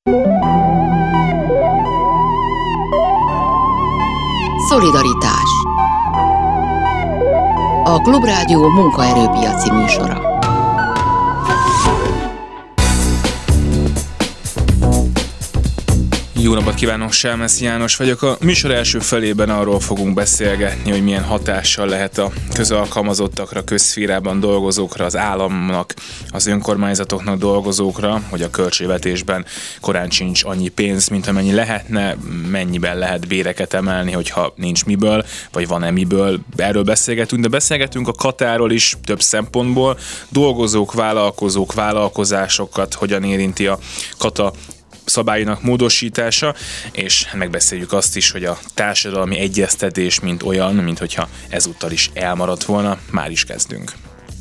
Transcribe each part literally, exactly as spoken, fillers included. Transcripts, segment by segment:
Szolidaritás. A Klubrádió munkaerőpiaci műsora. Jó napot kívánok, Selmeci János vagyok. A műsor első felében arról fogunk beszélgetni, hogy milyen hatással lehet a közalkalmazottakra, közszférában dolgozókra, az államnak, az önkormányzatoknak dolgozókra, hogy a költségvetésben korán sincs annyi pénz, mint amennyi lehetne, mennyiben lehet béreket emelni, hogyha nincs miből, vagy van-e miből. Erről beszélgetünk, de beszélgetünk a katáról is több szempontból. Dolgozók, vállalkozók, vállalkozásokat hogyan érinti a kata szabályának módosítása, és megbeszéljük azt is, hogy a társadalmi egyeztetés mint olyan, mint hogyha ezúttal is elmaradt volna. Már is kezdünk.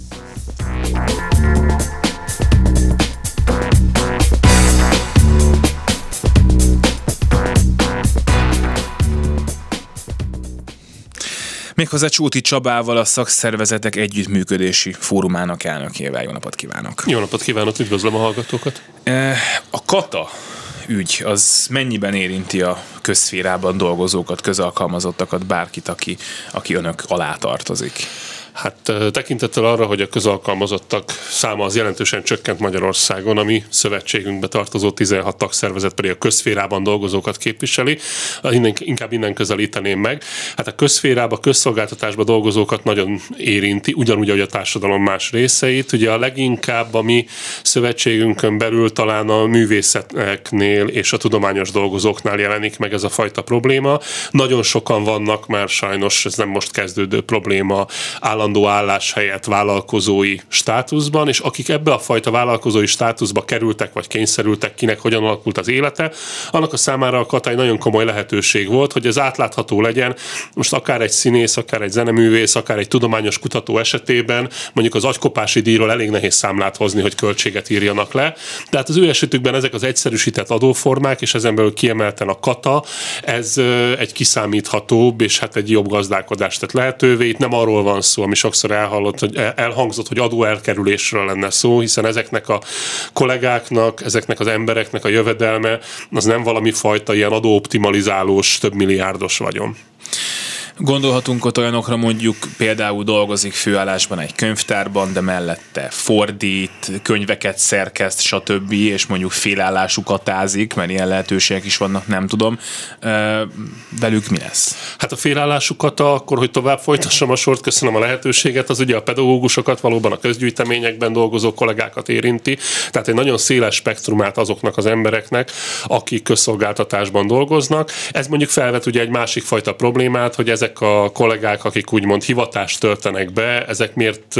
Méghozzá Csóti Csabával, a Szakszervezetek Együttműködési Fórumának elnökével. Jó napot kívánok! Jó napot kívánok, üdvözlöm a hallgatókat! A kata ügy az mennyiben érinti a közszférában dolgozókat, közalkalmazottakat, bárkit, aki, aki önök alá tartozik? Hát tekintettel arra, hogy a közalkalmazottak száma az jelentősen csökkent Magyarországon, a mi szövetségünkbe tartozó tizenhat tagszervezet pedig a közszférában dolgozókat képviseli, inkább innen közelíteném meg. Hát a közszférában, a közszolgáltatásban dolgozókat nagyon érinti, ugyanúgy, ahogy a társadalom más részeit. Ugye a leginkább a mi szövetségünkön belül talán a művészeteknél és a tudományos dolgozóknál jelenik meg ez a fajta probléma. Nagyon sokan vannak már, sajnos ez nem most kezdődő probléma, állandó állás helyett vállalkozói státuszban, és akik ebbe a fajta vállalkozói státuszba kerültek, vagy kényszerültek, kinek hogyan alakult az élete, annak a számára a kata egy nagyon komoly lehetőség volt, hogy ez átlátható legyen. Most akár egy színész, akár egy zeneművész, akár egy tudományos kutató esetében mondjuk az agykopási díjról elég nehéz számlát hozni, hogy költséget írjanak le. Tehát az ő esetükben ezek az egyszerűsített adóformák, és ezen belül kiemelten a kata, ez egy kiszámíthatóbb, és hát egy jobb gazdálkodást tett lehetővé. Itt nem arról van szó, ami sokszor elhallott, hogy elhangzott, hogy adóelkerülésről lenne szó, hiszen ezeknek a kollégáknak, ezeknek az embereknek a jövedelme az nem valami fajta ilyen adóoptimalizálós, több milliárdos vagyon. Gondolhatunk ott olyanokra, mondjuk például dolgozik főállásban egy könyvtárban, de mellette fordít, könyveket szerkeszt, stb. És mondjuk félállású katázik, mert ilyen lehetőségek is vannak, nem tudom. Velük mi lesz? Hát a félállású kata, akkor, hogy tovább folytassam a sort, köszönöm a lehetőséget, az ugye a pedagógusokat, valóban a közgyűjteményekben dolgozó kollégákat érinti. Tehát egy nagyon széles spektrumát azoknak az embereknek, akik közszolgáltatásban dolgoznak. Ez mondjuk felvet ugye egy másik fajta problémát, hogy ezek a kollégák, akik úgymond hivatást töltenek be, ezek miért,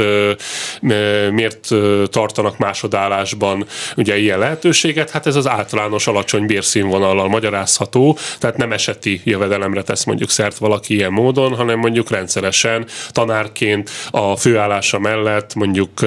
miért tartanak másodállásban ugye ilyen lehetőséget? Hát ez az általános alacsony bérszínvonallal magyarázható, tehát nem eseti jövedelemre tesz mondjuk szert valaki ilyen módon, hanem mondjuk rendszeresen tanárként a főállása mellett mondjuk ö,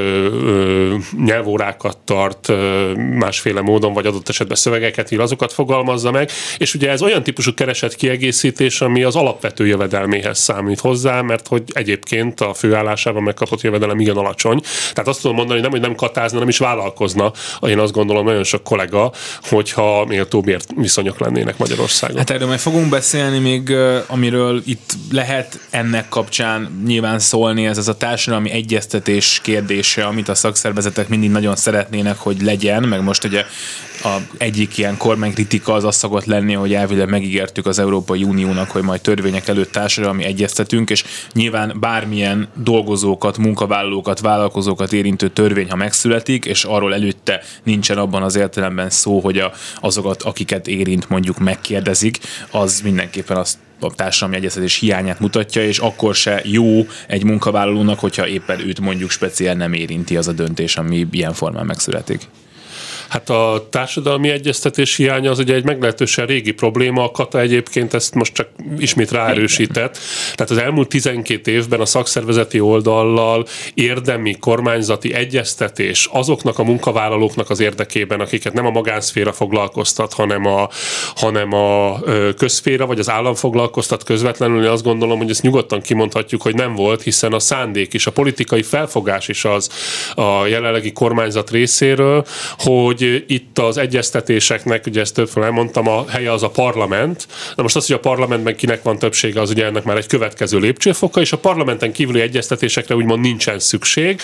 ö, nyelvórákat tart ö, másféle módon, vagy adott esetben szövegeket ír, azokat fogalmazza meg, és ugye ez olyan típusú keresett kiegészítés, ami az alapvető jövedelméhez számít hozzá, mert hogy egyébként a főállásában megkapott jövedelem igen alacsony. Tehát azt tudom mondani, hogy nem, hogy nem katázna, nem is vállalkozna. Én azt gondolom, nagyon sok kollega, hogyha méltóbb viszonyok lennének Magyarországon. Hát erről majd fogunk beszélni még, amiről itt lehet ennek kapcsán nyilván szólni, ez az a társadalmi egyeztetés kérdése, amit a szakszervezetek mindig nagyon szeretnének, hogy legyen, meg most ugye a egyik ilyen kormánykritika az az szokott lenni, hogy elvileg megígértük az Európai Uniónak, hogy majd törvények előtt társadalmi egyeztetünk, és nyilván bármilyen dolgozókat, munkavállalókat, vállalkozókat érintő törvény, ha megszületik, és arról előtte nincsen abban az értelemben szó, hogy a, azokat, akiket érint, mondjuk megkérdezik, az mindenképpen azt a társadalmi egyeztetés hiányát mutatja, és akkor se jó egy munkavállalónak, hogyha éppen őt mondjuk speciál nem érinti az a döntés, ami ilyen formán megszületik. Hát a társadalmi egyeztetés hiánya az ugye egy meglehetősen régi probléma, a kata egyébként ezt most csak ismét ráerősített. Tehát az elmúlt tizenkét évben a szakszervezeti oldallal érdemi kormányzati egyeztetés azoknak a munkavállalóknak az érdekében, akiket nem a magánszféra foglalkoztat, hanem a, hanem a közszféra vagy az állam foglalkoztat közvetlenül, én azt gondolom, hogy ezt nyugodtan kimondhatjuk, hogy nem volt, hiszen a szándék is, a politikai felfogás is az a jelenlegi kormányzat részéről, hogy hogy itt az egyeztetéseknek, ugye ezt többször elmondtam, a helye az a parlament. Na most az, hogy a parlamentben kinek van többsége, az ugye ennek már egy következő lépcsőfoka, és a parlamenten kívüli egyeztetésekre úgymond nincsen szükség.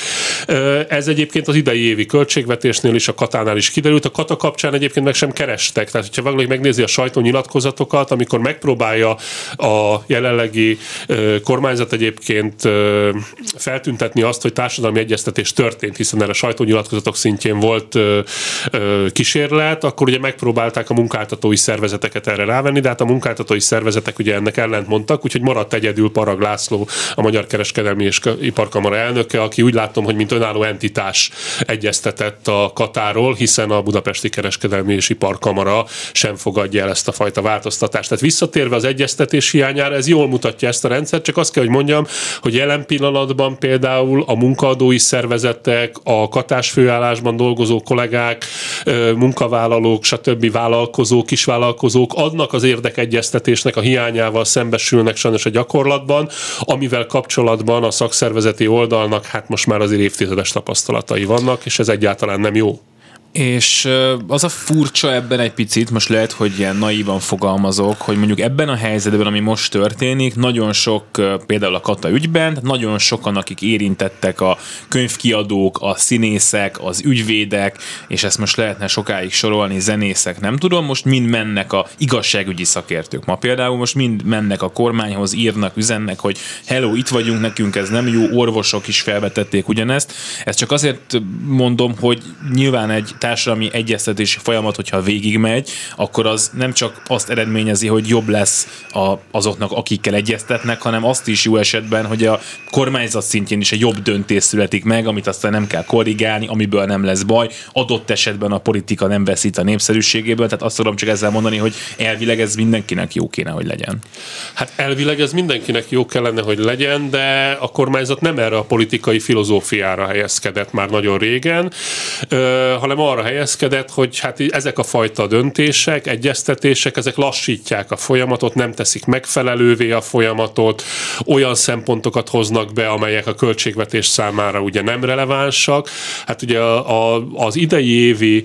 Ez egyébként az idei évi költségvetésnél is, a Katánál is kiderült. A Kata kapcsán egyébként meg sem kerestek. Tehát, hogyha valaki megnézi a sajtónyilatkozatokat, amikor megpróbálja a jelenlegi kormányzat egyébként feltüntetni azt, hogy társadalmi egyeztetés történt, hiszen erre a sajtónyilatkozatok szintjén volt kísérlet, akkor ugye megpróbálták a munkáltatói szervezeteket erre rávenni, de hát a munkáltatói szervezetek ugye ennek ellent mondtak, úgyhogy maradt egyedül Parag László, a Magyar Kereskedelmi és Iparkamara elnöke, aki úgy látom, hogy mint önálló entitás egyeztetett a Katáról, hiszen a Budapesti Kereskedelmi és Iparkamara sem fogadja el ezt a fajta változtatást. Tehát visszatérve az egyeztetés hiányára, ez jól mutatja ezt a rendszert, csak azt kell, hogy mondjam, hogy jelen pillanatban például a munkaadói szervezetek, a katás főállásban dolgozó kollégák, munkavállalók, stb. Vállalkozók, kisvállalkozók adnak az érdekegyeztetésnek a hiányával szembesülnek sajnos a gyakorlatban, amivel kapcsolatban a szakszervezeti oldalnak hát most már azért évtizedes tapasztalatai vannak, és ez egyáltalán nem jó. És az a furcsa ebben egy picit, most lehet, hogy ilyen naívan fogalmazok, hogy mondjuk ebben a helyzetben, ami most történik, nagyon sok, például a Kata ügyben, nagyon sokan, akik érintettek, a könyvkiadók, a színészek, az ügyvédek, és ezt most lehetne sokáig sorolni, zenészek, nem tudom, most mind mennek a igazságügyi szakértők. Ma például most mind mennek a kormányhoz, írnak, üzennek, hogy hello, itt vagyunk, nekünk ez nem jó, orvosok is felvetették ugyanezt. Ezt csak azért mondom, hogy nyilván egy társadalmi egyeztetési folyamat, hogyha végigmegy, akkor az nem csak azt eredményezi, hogy jobb lesz a, azoknak, akikkel egyeztetnek, hanem azt is jó esetben, hogy a kormányzat szintjén is egy jobb döntés születik meg, amit aztán nem kell korrigálni, amiből nem lesz baj. Adott esetben a politika nem veszít a népszerűségéből, tehát azt tudom csak ezzel mondani, hogy elvileg ez mindenkinek jó kéne, hogy legyen. Hát elvileg ez mindenkinek jó kellene, hogy legyen, de a kormányzat nem erre a politikai filozófiára helyezkedett már nagyon régen, hanem arra helyezkedett, hogy hát ezek a fajta döntések, egyeztetések, ezek lassítják a folyamatot, nem teszik megfelelővé a folyamatot, olyan szempontokat hoznak be, amelyek a költségvetés számára ugye nem relevánsak. Hát ugye a, a, az idei évi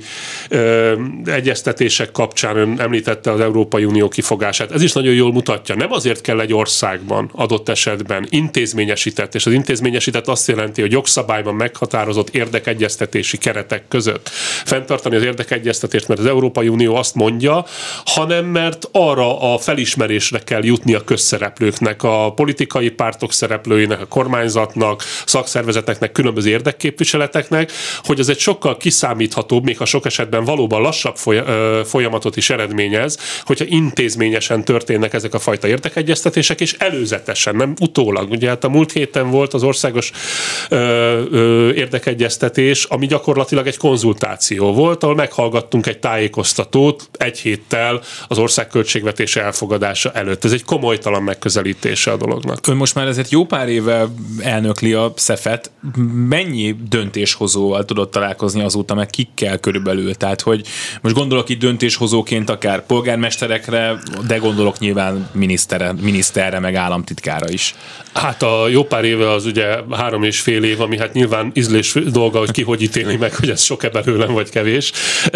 ö, egyeztetések kapcsán ön említette az Európai Unió kifogását. Ez is nagyon jól mutatja. Nem azért kell egy országban adott esetben intézményesített, és az intézményesített azt jelenti, hogy jogszabályban meghatározott érdekegyeztetési keretek között fenntartani az érdekegyeztetést, mert az Európai Unió azt mondja, hanem mert arra a felismerésre kell jutni a közszereplőknek, a politikai pártok szereplőinek, a kormányzatnak, szakszervezeteknek, különböző érdekképviseleteknek, hogy ez egy sokkal kiszámíthatóbb, még ha sok esetben valóban lassabb folyamatot is eredményez, hogyha intézményesen történnek ezek a fajta érdekegyeztetések, és előzetesen, nem utólag. Ugye hát a múlt héten volt az országos ö, ö, érdekegyeztetés, ami gyakorlatilag egy konzultáció volt, ahol meghallgattunk egy tájékoztatót egy héttel az ország költségvetése elfogadása előtt. Ez egy komolytalan megközelítése a dolognak. Ön most már ezért jó pár éve elnökli a szefet. Mennyi döntéshozóval tudott találkozni azóta, meg kikkel körülbelül? Tehát, hogy most gondolok itt döntéshozóként akár polgármesterekre, de gondolok nyilván miniszterre, miniszterre meg államtitkára is. Hát a jó pár éve az ugye három és fél év, ami hát nyilván ízlés dolga, hogy ki hogy ítéli meg, hogy ez sok-e belőlem vagy kevés.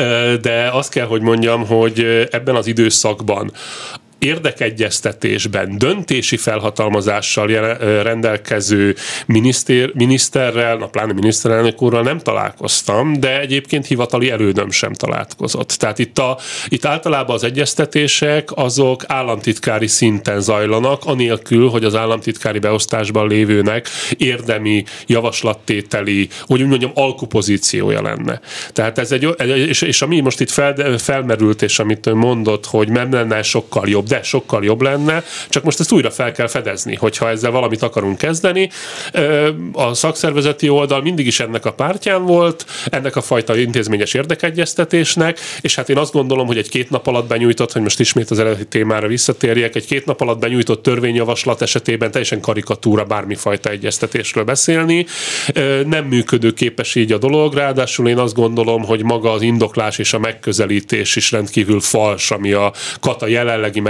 De azt kell, hogy mondjam, hogy ebben az időszakban érdekegyeztetésben, döntési felhatalmazással rendelkező miniszter, miniszterrel, na pláne miniszterelnök úrral nem találkoztam, de egyébként hivatali elődöm sem találkozott. Tehát itt, a, itt általában az egyeztetések azok államtitkári szinten zajlanak, anélkül, hogy az államtitkári beosztásban lévőnek érdemi javaslattételi, hogy úgy mondjam, alkupozíciója lenne. Tehát ez egy, és, és ami most itt fel, felmerült, és amit mondott, hogy nem lenne sokkal jobb, de sokkal jobb lenne, csak most ezt újra fel kell fedezni, hogyha ezzel valamit akarunk kezdeni. A szakszervezeti oldal mindig is ennek a pártján volt, ennek a fajta intézményes érdekegyeztetésnek, és hát én azt gondolom, hogy egy két nap alatt benyújtott, hogy most ismét az eredeti témára visszatérjek, egy két nap alatt benyújtott törvényjavaslat esetében teljesen karikatúra bármifajta egyeztetésről beszélni. Nem működőképes így a dolog, ráadásul én azt gondolom, hogy maga az indoklás és a megközelítés is rendkívül fals, ami a Kata jelenlegi meg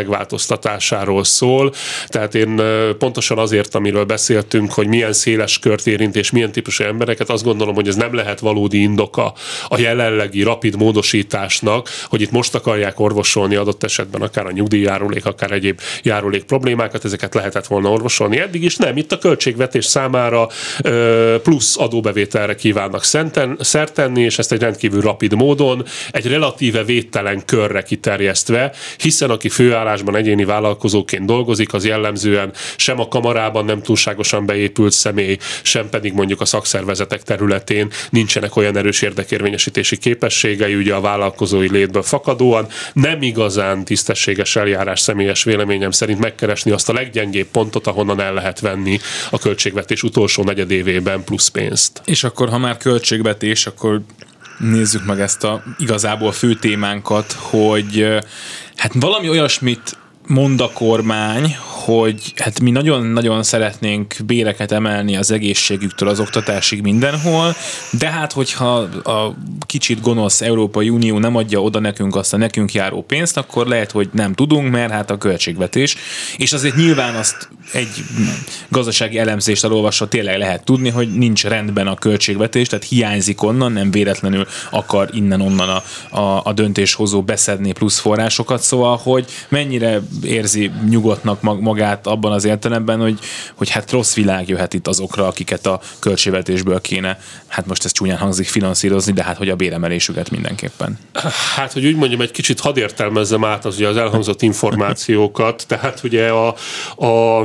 megváltoztatásáról szól. Tehát én pontosan azért, amiről beszéltünk, hogy milyen széles kört érint és milyen típusú embereket, azt gondolom, hogy ez nem lehet valódi indoka a jelenlegi rapid módosításnak, hogy itt most akarják orvosolni adott esetben akár a nyugdíjjárulék, akár egyéb járulék problémákat, ezeket lehetett volna orvosolni eddig is. Nem, itt a költségvetés számára plusz adóbevételre kívánnak szert tenni, és ezt egy rendkívül rapid módon, egy relatíve védtelen körre kiterjesztve, hiszen aki főállásban egyéni vállalkozóként dolgozik, az jellemzően sem a kamarában nem túlságosan beépült személy, sem pedig mondjuk a szakszervezetek területén nincsenek olyan erős érdekérvényesítési képességei, ugye a vállalkozói létből fakadóan. Nem igazán tisztességes eljárás személyes véleményem szerint megkeresni azt a leggyengébb pontot, ahonnan el lehet venni a költségvetés utolsó negyedévében plusz pénzt. És akkor, ha már költségvetés, akkor nézzük meg ezt a igazából fő témánkat, hogy hát valami olyasmit mond a kormány, hogy hát mi nagyon-nagyon szeretnénk béreket emelni az egészségüktől az oktatásig mindenhol, de hát hogyha a kicsit gonosz Európai Unió nem adja oda nekünk azt a nekünk járó pénzt, akkor lehet, hogy nem tudunk, mert hát a költségvetés. És azért nyilván azt egy gazdasági elemzést elolvasva tényleg lehet tudni, hogy nincs rendben a költségvetés, tehát hiányzik onnan, nem véletlenül akar innen-onnan a, a, a döntéshozó beszedni plusz forrásokat, szóval, hogy mennyire érzi nyugodtnak magát abban az értelemben, hogy, hogy hát rossz világ jöhet itt azokra, akiket a költségvetésből kéne, hát most ez csúnyán hangzik, finanszírozni, de hát hogy a béremelésüket mindenképpen. Hát, hogy úgy mondjam, egy kicsit hadd értelmezzem át az, ugye az elhangzott információkat, tehát ugye a, a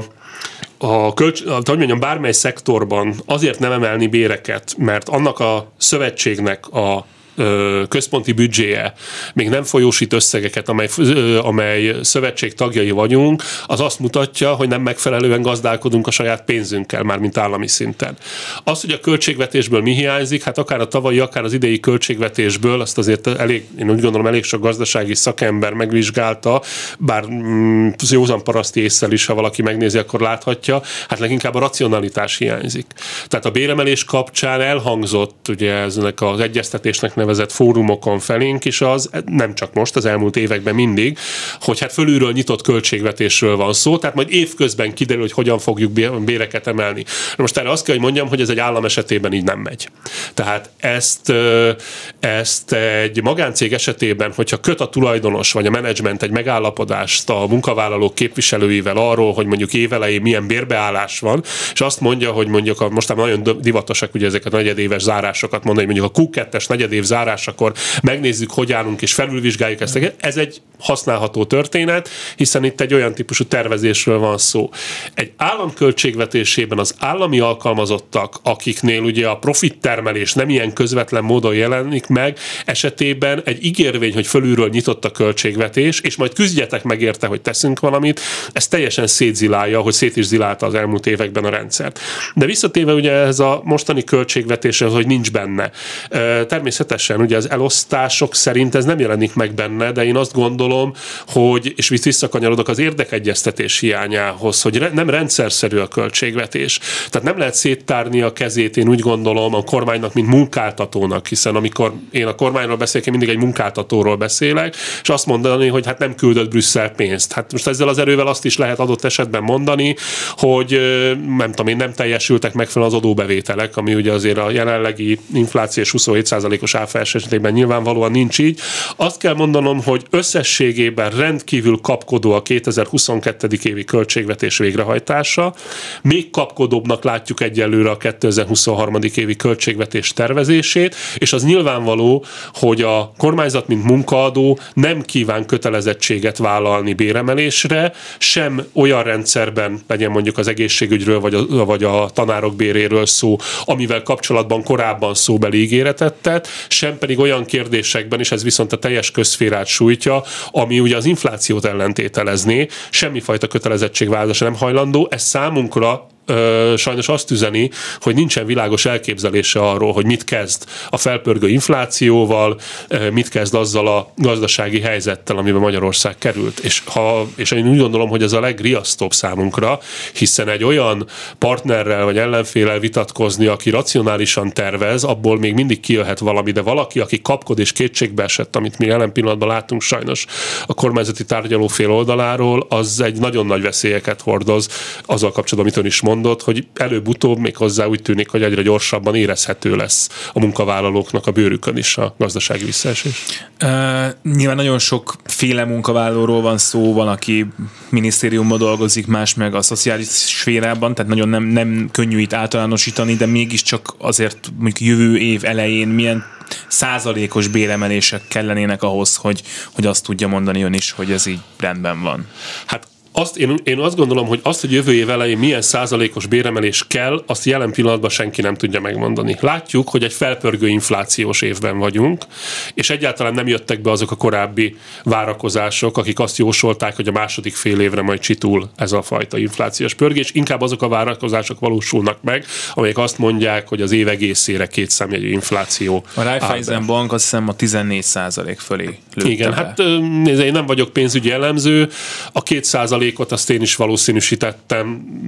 A kölcs, hogy mondjam, bármely szektorban azért nem emelni béreket, mert annak a szövetségnek a központi büdzséje még nem folyósít összegeket, amely, amely szövetség tagjai vagyunk, az azt mutatja, hogy nem megfelelően gazdálkodunk a saját pénzünkkel, már mint állami szinten. Az, hogy a költségvetésből mi hiányzik, hát akár a tavalyi, akár az idei költségvetésből, azt azért elég, én úgy gondolom, elég sok gazdasági szakember megvizsgálta, bár mm, józan paraszti ésszel is, ha valaki megnézi, akkor láthatja, hát leginkább a racionalitás hiányzik. Tehát a béremelés kapcsán elhangzott, ugye eznek az egyeztetésnek nevezett fórumokon felénk is az, nem csak most, az elmúlt években mindig, hogy hát fölülről nyitott költségvetésről van szó, tehát majd évközben kiderül, hogy hogyan fogjuk béreket emelni. Most erre azt kell, hogy mondjam, hogy ez egy állam esetében így nem megy. Tehát ezt, ezt egy magáncég esetében, hogyha köt a tulajdonos vagy a menedzsment egy megállapodást a munkavállalók képviselőivel arról, hogy mondjuk évelején milyen bérbeállás van, és azt mondja, hogy mondjuk a, most nagyon divatosak ugye ezeket a negyedéves zárásokat mondani, hogy mondjuk a kú kettes negyedév zárásakor megnézzük, hogy állunk és felülvizsgáljuk ezt. Ez egy használható történet, hiszen itt egy olyan típusú tervezésről van szó. Egy állam költségvetésében az állami alkalmazottak, akiknél ugye a profit termelés nem ilyen közvetlen módon jelenik meg, esetében egy ígérvény, hogy fölülről nyitott a költségvetés, és majd küzdjetek meg érte, hogy teszünk valamit, ez teljesen szétzilálja, hogy szét is zilálta az elmúlt években a rendszert. De visszatérve ugye ez a mostani költségvetéshez, hogy nincs benne. Természetesen ugye az elosztások szerint ez nem jelenik meg benne, de én azt gondolom, hogy, és visszakanyarodok az érdekegyeztetés hiányához, hogy nem rendszerszerű a költségvetés. Tehát nem lehet széttárni a kezét, én úgy gondolom, a kormánynak, mint munkáltatónak, hiszen amikor én a kormányról beszélek, én mindig egy munkáltatóról beszélek, és azt mondani, hogy hát nem küldött Brüsszel pénzt. Hát most ezzel az erővel azt is lehet adott esetben mondani, hogy nem tudom én, nem teljesültek megfelelően az adóbevételek, ami ugye azért a jelenlegi inflációs huszonhét százalékos áfa esetében nyilvánvalóan nincs így. Azt kell mondanom, hogy összességében rendkívül kapkodó a kétezer-huszonkettő. évi költségvetés végrehajtása. Még kapkodóbbnak látjuk egyelőre a kétezer-huszonhárom. évi költségvetés tervezését, és az nyilvánvaló, hogy a kormányzat, mint munkaadó nem kíván kötelezettséget vállalni béremelésre, sem olyan rendszerben, legyen mondjuk az egészségügyről, vagy a, vagy a tanárok béréről szó, amivel kapcsolatban korábban szóbeli ígéretet tett, sem pedig olyan kérdésekben, és ez viszont a teljes közszférát sújtja, ami ugye az inflációt ellentételezné, semmifajta kötelezettségvállalásra nem hajlandó, ez számunkra ö, sajnos azt üzeni, hogy nincsen világos elképzelése arról, hogy mit kezd a felpörgő inflációval, ö, mit kezd azzal a gazdasági helyzettel, amiben Magyarország került. És, ha, és én úgy gondolom, hogy ez a legriasztóbb számunkra, hiszen egy olyan partnerrel vagy ellenféllel vitatkozni, aki racionálisan tervez, abból még mindig kijöhet valami, de valaki, aki kapkod és kétségbe esett, amit mi jelen pillanatban látunk sajnos a kormányzati tárgyalófél oldaláról, az egy nagyon nagy veszélyeket hordoz azzal kapcsolatban, amit ön is mondott, hogy előbb-utóbb még hozzá úgy tűnik, hogy egyre gyorsabban érezhető lesz a munkavállalóknak a bőrükön is a gazdasági visszaesés. Uh, nyilván nagyon sok féle munkavállalóról van szó, van, aki minisztériumban dolgozik, más meg a szociális szférában, tehát nagyon nem, nem könnyű itt általánosítani, de mégiscsak azért mondjuk jövő év elején milyen százalékos béremelések kellenének ahhoz, hogy, hogy azt tudja mondani ön is, hogy ez így rendben van. Hát Azt, én, én azt gondolom, hogy azt, hogy jövő év elején milyen százalékos béremelés kell, azt jelen pillanatban senki nem tudja megmondani. Látjuk, hogy egy felpörgő inflációs évben vagyunk, és egyáltalán nem jöttek be azok a korábbi várakozások, akik azt jósolták, hogy a második fél évre majd csitul ez a fajta inflációs pörgés. Inkább azok a várakozások valósulnak meg, amelyek azt mondják, hogy az év egészére két számjegyű infláció. A Raiffeisen Bank azt hiszem a tizennégy százalék fölé lőtte. Igen, be. Hát nézd, én nem vagyok pénzügyi elemző, a két százalék azt én is valószínűsítettem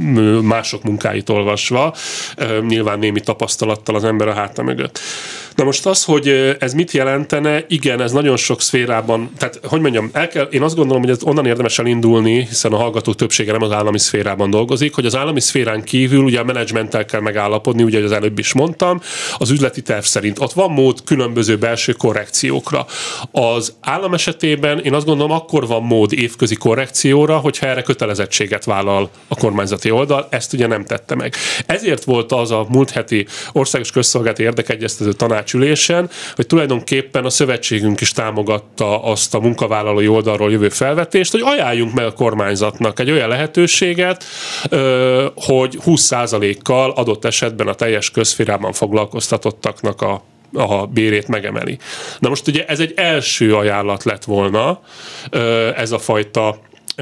mások munkáit olvasva, nyilván némi tapasztalattal az ember a háta mögött. Na most az, hogy ez mit jelentene, igen, ez nagyon sok szférában, tehát hogy mondjam, el kell, én azt gondolom, hogy ez onnan érdemes elindulni, hiszen a hallgatók többsége nem az állami szférában dolgozik, hogy az állami szférán kívül ugye a menedzsmenttel kell megállapodni, ugye, hogy az előbb is mondtam, az üzleti terv szerint. Ott van mód különböző belső korrekciókra. Az állam esetében én azt gondolom, akkor van mód évközi korrekcióra, hogyha erre kötelezettséget vállal a kormányzati oldal, ezt ugye nem tette meg. Ezért volt az a múlt heti országos közszolgálati érdekegyeztető tanácsülésen, hogy tulajdonképpen a szövetségünk is támogatta azt a munkavállalói oldalról jövő felvetést, hogy ajánljunk meg a kormányzatnak egy olyan lehetőséget, hogy húsz százalékkal adott esetben a teljes közszférában foglalkoztatottaknak a a bérét megemeli. Na most ugye ez egy első ajánlat lett volna, ez a fajta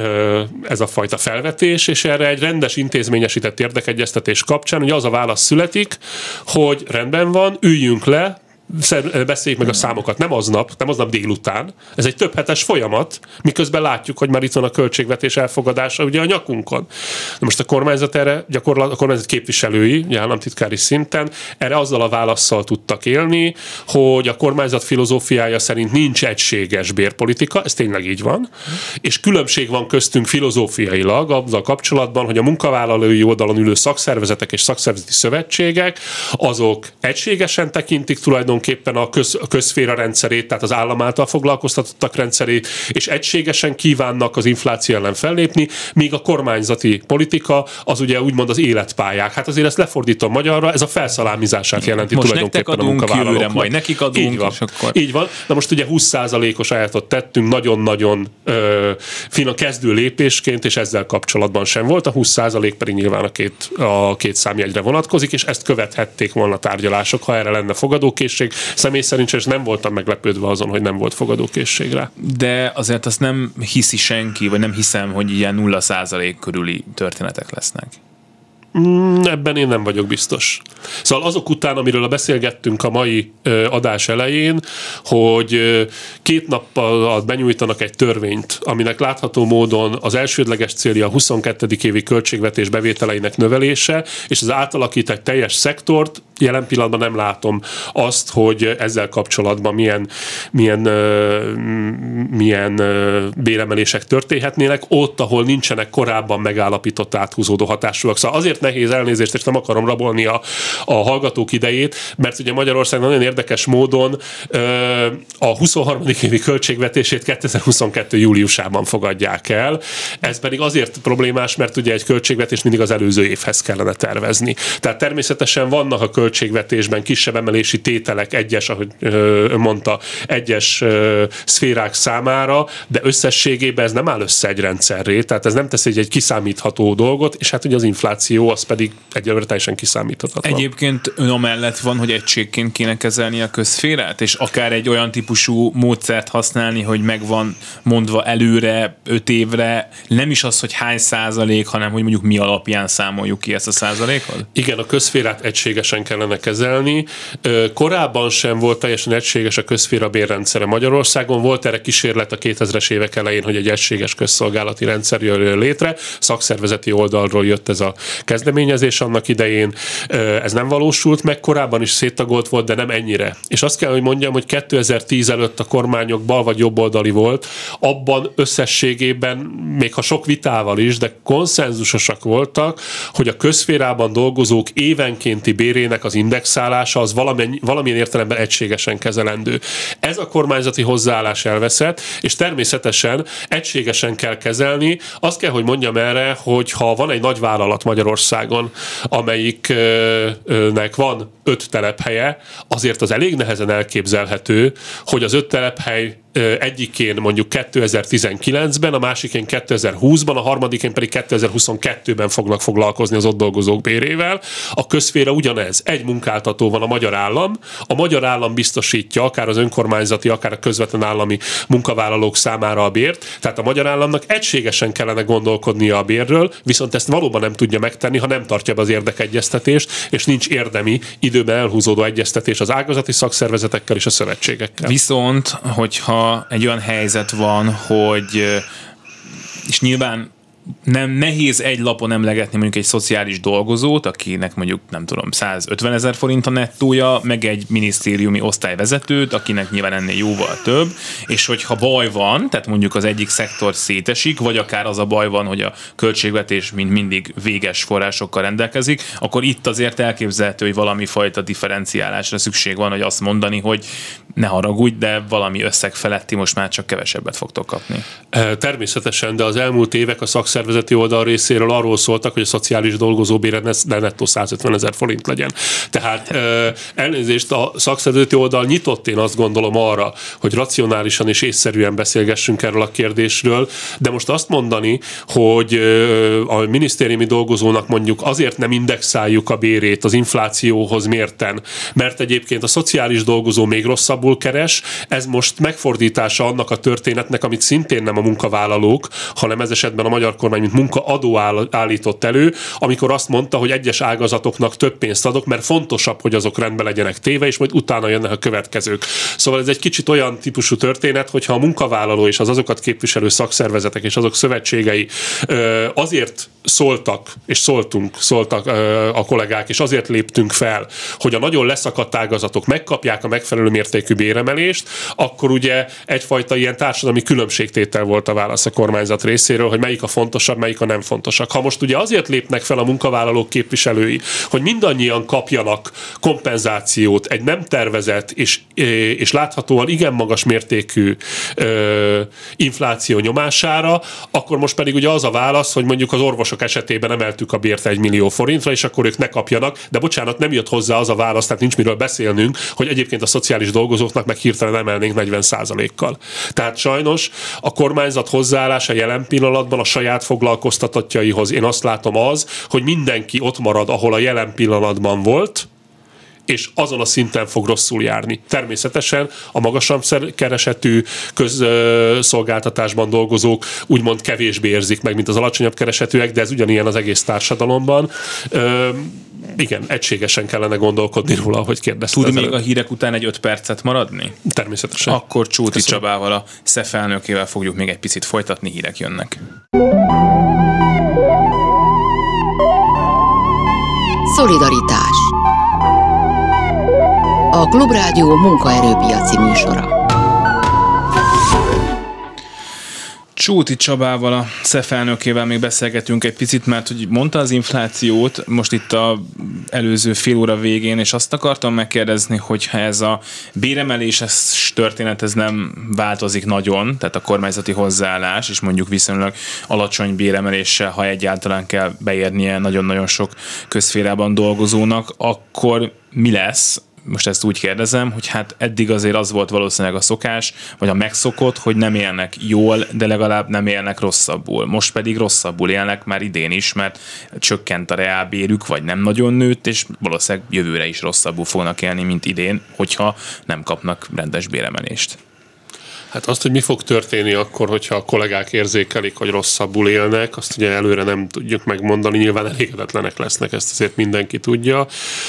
ez a fajta felvetés, és erre egy rendes intézményesített érdekegyeztetés kapcsán ugye az a válasz születik, hogy rendben van, üljünk le, beszéljük meg a számokat, nem aznap, nem aznap délután. Ez egy több hetes folyamat, miközben látjuk, hogy már itt van a költségvetés elfogadása ugye a nyakunkon. Na most a kormányzat erre, gyakorlatilag a kormányzat képviselői, ugye államtitkári szinten erre azzal a válasszal tudtak élni, hogy a kormányzat filozófiája szerint nincs egységes bérpolitika, ez tényleg így van, és különbség van köztünk filozófiailag azzal kapcsolatban, hogy a munkavállalói oldalon ülő szakszervezetek és szakszervezeti szövetségek, azok egységesen tekintik tulajdonképpen a, köz, a közszféra rendszerét, tehát az állam által foglalkoztatottak rendszerét, és egységesen kívánnak az infláció ellen fellépni, míg a kormányzati politika az ugye úgymond az életpályák. Hát azért ezt lefordítom magyarra, ez a felszalámizását jelenti most tulajdonképpen a munkavállalóknak. Majd nekik adunk, így van. És akkor... Így van. Na most ugye húsz százalékos ajánlatot tettünk nagyon-nagyon ö, fina kezdő lépésként, és ezzel kapcsolatban sem volt. A húsz százalék pedig nyilván a két, a két számjegyre vonatkozik, és ezt követhették volna tárgyalások, ha erre lenne fogadókészség. Személy szerint és nem voltam meglepődve azon, hogy nem volt fogadókészségre. De azért azt nem hiszi senki, vagy nem hiszem, hogy ilyen nulla százalék körüli történetek lesznek. Ebben én nem vagyok biztos. Szóval azok után, amiről beszélgettünk a mai ö, adás elején, hogy ö, két nappal benyújtanak egy törvényt, aminek látható módon az elsődleges célja a huszonkettő évi költségvetés bevételeinek növelése, és az átalakít egy teljes szektort, jelen pillanatban nem látom azt, hogy ezzel kapcsolatban milyen, milyen, ö, milyen ö, béremelések történhetnének, ott, ahol nincsenek korábban megállapított áthúzódó hatásúak. Szóval azért nehéz, elnézést, és nem akarom rabolni a, a hallgatók idejét, mert ugye Magyarország nagyon érdekes módon ö, a huszonharmadik évi költségvetését kétezer-huszonkettő júliusában fogadják el. Ez pedig azért problémás, mert ugye egy költségvetés mindig az előző évhez kellene tervezni. Tehát természetesen vannak a költségvetés költségvetésben kisebb emelési tételek egyes, ahogy ön mondta, egyes szférák számára, de összességében ez nem áll össze egy rendszerré, tehát ez nem teszi egy, egy kiszámítható dolgot, és hát ugye az infláció az pedig egyelőre teljesen kiszámíthatatlan. Egyébként ön amellett van, hogy egységként kéne kezelni a közszférát, és akár egy olyan típusú módszert használni, hogy meg van mondva előre, öt évre, nem is az, hogy hány százalék, hanem hogy mondjuk mi alapján számoljuk ki ezt a százalékot? Igen, a közszférát egységesen kellene kezelni. Korábban sem volt teljesen egységes a közszféra bérrendszere Magyarországon. Volt erre kísérlet a kétezres évek elején, hogy egy egységes közszolgálati rendszer jöjjön létre. Szakszervezeti oldalról jött ez a kezdeményezés annak idején. Ez nem valósult meg, korábban is széttagolt volt, de nem ennyire. És azt kell, hogy mondjam, hogy kétezer-tíz előtt a kormányok bal vagy jobboldali volt, abban összességében, még ha sok vitával is, de konszenzusosak voltak, hogy a közszférában dolgozók évenkénti bérének az indexálása az valamilyen, valamilyen értelemben egységesen kezelendő. Ez a kormányzati hozzáállás elveszett, és természetesen egységesen kell kezelni. Azt kell, hogy mondjam erre, hogy ha van egy nagy vállalat Magyarországon, amelyiknek van öt telephelye, azért az elég nehezen elképzelhető, hogy az öt telephely egyikén mondjuk kétezer-tizenkilencben, a másikén kétezer-húszban, a harmadikén pedig kétezer-huszonkettőben fognak foglalkozni az ott dolgozók bérével. A közszféra ugyanez. Egy munkáltató van, a magyar állam. A magyar állam biztosítja akár az önkormányzati, akár a közvetlen állami munkavállalók számára a bért. Tehát a magyar államnak egységesen kellene gondolkodnia a bérről, viszont ezt valóban nem tudja megtenni, ha nem tartja be az érdekegyeztetést, és nincs érdemi, időben elhúzódó egyeztetés az ágazati szakszervezetekkel és a szövetségekkel. Viszont, hogyha egy olyan helyzet van, hogy és nyilván nem nehéz egy lapon emlegetni mondjuk egy szociális dolgozót, akinek mondjuk nem tudom százötven ezer forint a nettója, meg egy minisztériumi osztályvezetőt, akinek nyilván ennél jóval több, és hogyha baj van, tehát mondjuk az egyik szektor szétesik, vagy akár az a baj van, hogy a költségvetés mint mindig véges forrásokkal rendelkezik, akkor itt azért elképzelhető, hogy valami fajta differenciálásra szükség van, hogy azt mondani, hogy ne haragudj, de valami összeg feletti most már csak kevesebbet fogtok kapni. Természetesen, de az elmúlt évek a szakszervezeti oldal részéről arról szóltak, hogy a szociális dolgozó bére ne nettó százötven ezer forint legyen. Tehát elnézést, a szakszervezeti oldal nyitott, én azt gondolom arra, hogy racionálisan és észszerűen beszélgessünk erről a kérdésről, de most azt mondani, hogy a minisztériumi dolgozónak mondjuk azért nem indexáljuk a bérét az inflációhoz mérten, mert egyébként a szociális dolgozó még rosszabbul keres, ez most megfordítása annak a történetnek, amit szintén nem a munkavállalók, hanem ez esetben a magyar kormány, mint munkaadó állított elő, amikor azt mondta, hogy egyes ágazatoknak több pénzt adok, mert fontosabb, hogy azok rendben legyenek téve, és majd utána jönnek a következők. Szóval ez egy kicsit olyan típusú történet, hogyha a munkavállaló és az azokat képviselő szakszervezetek és azok szövetségei azért szóltak, és szóltunk, szóltak a kollégák, és azért léptünk fel, hogy a nagyon leszakadt ágazatok megkapják a megfelelő mértékű béremelést, akkor ugye egyfajta ilyen társadalmi különbségtétel volt a válasz a kormányzat részéről, hogy melyik a fontosabb, melyik a nem fontosabb. Ha most ugye azért lépnek fel a munkavállalók képviselői, hogy mindannyian kapjanak kompenzációt egy nem tervezett és, és láthatóan igen magas mértékű ö, infláció nyomására, akkor most pedig ugye az a válasz, hogy mondjuk az orvosok esetében emeltük a bért egy millió forintra, és akkor ők ne kapjanak, de bocsánat, nem jött hozzá az a válasz, tehát nincs miről beszélnünk, hogy egyébként a szociális dolgozóknak meg hirtelen emelnénk negyven százalékkal. Tehát sajnos a kormányzat hozzáállása jelen pillanatban a saját foglalkoztatottjaihoz én azt látom az, hogy mindenki ott marad, ahol a jelen pillanatban volt, és azon a szinten fog rosszul járni. Természetesen a magasabb keresetű közszolgáltatásban dolgozók úgymond kevésbé érzik meg, mint az alacsonyabb keresetűek, de ez ugyanilyen az egész társadalomban. Ö, igen, egységesen kellene gondolkodni róla, ahogy kérdeztem. Tud még a hírek után egy öt percet maradni? Természetesen. Akkor Csóti Köszönöm. Csabával, a SZEF elnökével fogjuk még egy picit folytatni, hírek jönnek. Szolidaritás. A Klubrádió munkaerőpiaci műsora. Csóti Csabával, a SZEF elnökével még beszélgetünk egy picit, mert hogy mondta az inflációt most itt az előző fél óra végén, és azt akartam megkérdezni, hogyha ez a béremeléses történet ez nem változik nagyon, tehát a kormányzati hozzáállás, és mondjuk viszonylag alacsony béremeléssel, ha egyáltalán kell beérnie nagyon-nagyon sok közszférában dolgozónak, akkor mi lesz? Most ezt úgy kérdezem, hogy hát eddig azért az volt valószínűleg a szokás, vagy a megszokott, hogy nem élnek jól, de legalább nem élnek rosszabbul. Most pedig rosszabbul élnek már idén is, mert csökkent a reálbérük, vagy nem nagyon nőtt, és valószínűleg jövőre is rosszabbul fognak élni, mint idén, hogyha nem kapnak rendes béremelést. Hát azt, hogy mi fog történni akkor, hogyha a kollégák érzékelik, hogy rosszabbul élnek, azt ugye előre nem tudjuk megmondani, nyilván elégedetlenek lesznek, ezt azért mindenki tudja.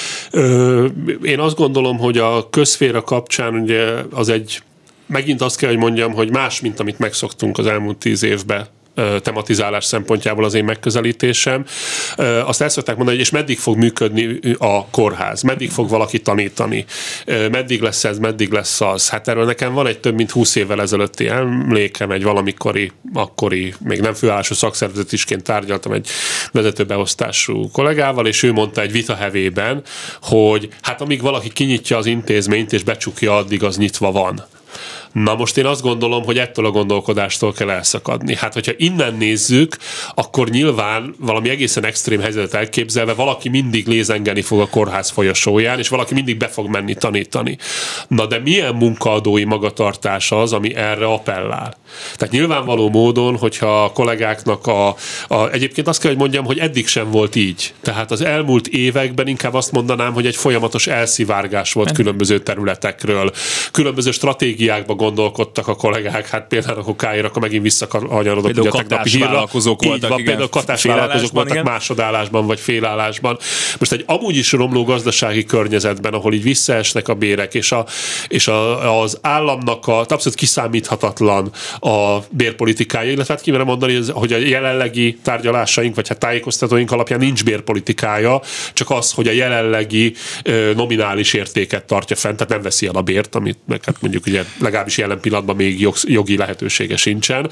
Én azt gondolom, hogy a közszféra kapcsán ugye az egy, megint azt kell, hogy mondjam, hogy más, mint amit megszoktunk az elmúlt tíz évben, tematizálás szempontjából az én megközelítésem. Azt el szokták mondani, hogy és meddig fog működni a kórház, meddig fog valaki tanítani, meddig lesz ez, meddig lesz az. Hát erről nekem van egy több mint húsz évvel ezelőtti emlékem, egy valamikori, akkori, még nem főállású szakszervezetisként tárgyaltam egy vezetőbeosztású kollégával, és ő mondta egy vitahevében, hogy hát amíg valaki kinyitja az intézményt és becsukja, addig az nyitva van. Na most én azt gondolom, hogy ettől a gondolkodástól kell elszakadni. Hát, hogyha innen nézzük, akkor nyilván valami egészen extrém helyzetet elképzelve valaki mindig lézengeni fog a kórház folyosóján, és valaki mindig be fog menni tanítani. Na de milyen munkaadói magatartás az, ami erre appellál? Tehát nyilvánvaló módon, hogyha a kollégáknak a, a... Egyébként azt kell, hogy mondjam, hogy eddig sem volt így. Tehát az elmúlt években inkább azt mondanám, hogy egy folyamatos elszivárgás volt különböző területekről. Különböző stratégiákba gondolkodtak a kollégák, hát például a kokáért, akkor megint visszakanyarodok, ugye a tegnapi hírra. Így van, például a katásvállalkozók voltak igen. Másodállásban, vagy félállásban. Most egy amúgy is romló gazdasági környezetben, ahol így visszaesnek a bérek, és, a, és a, az államnak a abszolút kiszámíthatatlan a bérpolitikája, illetve hát kimerem mondani, hogy a jelenlegi tárgyalásaink, vagy hát tájékoztatóink alapján nincs bérpolitikája, csak az, hogy a jelenlegi nominális értéket tartja fent, tehát nem veszi el a bért, amit meg hát mondjuk ugye legalábbis jelen pillanatban még jogi lehetősége sincsen.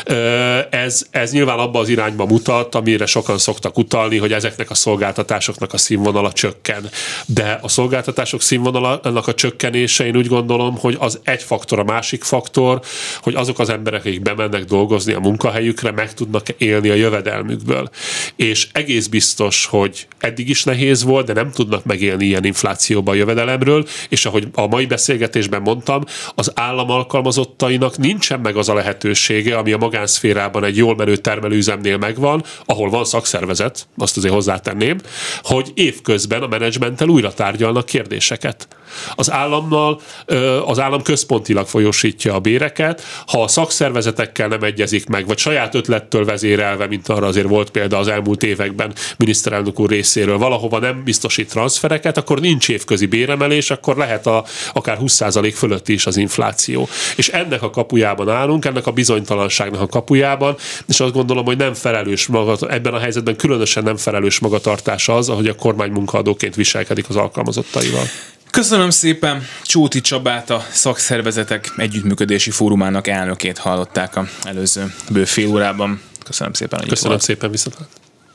Ez, ez nyilván abba az irányba mutat, amire sokan szoktak utalni, hogy ezeknek a szolgáltatásoknak a színvonala csökken. De a szolgáltatások színvonalának a csökkenése, én úgy gondolom, hogy az egy faktor, a másik faktor, hogy azok az emberek, akik bemennek dolgozni a munkahelyükre, meg tudnak élni a jövedelmükből. És egész biztos, hogy eddig is nehéz volt, de nem tudnak megélni ilyen inflációban a jövedelemről, és ahogy a mai beszélgetésben mondtam, az állam alkalmazottainak nincsen meg az a lehetősége, ami a magánszférában egy jól menő termelőüzemnél megvan, ahol van szakszervezet, azt azért hozzátenném, hogy évközben a menedzsmenttel újra tárgyalnak kérdéseket. Az államnal, az állam központilag folyósítja a béreket, ha a szakszervezetekkel nem egyezik meg, vagy saját ötlettől vezérelve, mint arra azért volt példa az elmúlt években miniszterelnök úr részéről, valahova nem biztosít transfereket, akkor nincs évközi béremelés, akkor lehet a, akár húsz százalék fölötti is az infláció. És ennek a kapujában állunk, ennek a bizonytalanságnak a kapujában, és azt gondolom, hogy nem felelős maga, ebben a helyzetben különösen nem felelős magatartása az, ahogy a kormány munkaadóként viselkedik az alkalmazottaival. Köszönöm szépen, Csóti Csabát, a Szakszervezetek Együttműködési Fórumának elnökét hallották az előző bő fél órában. Köszönöm szépen, hogy Köszönöm szépen, viszontlát.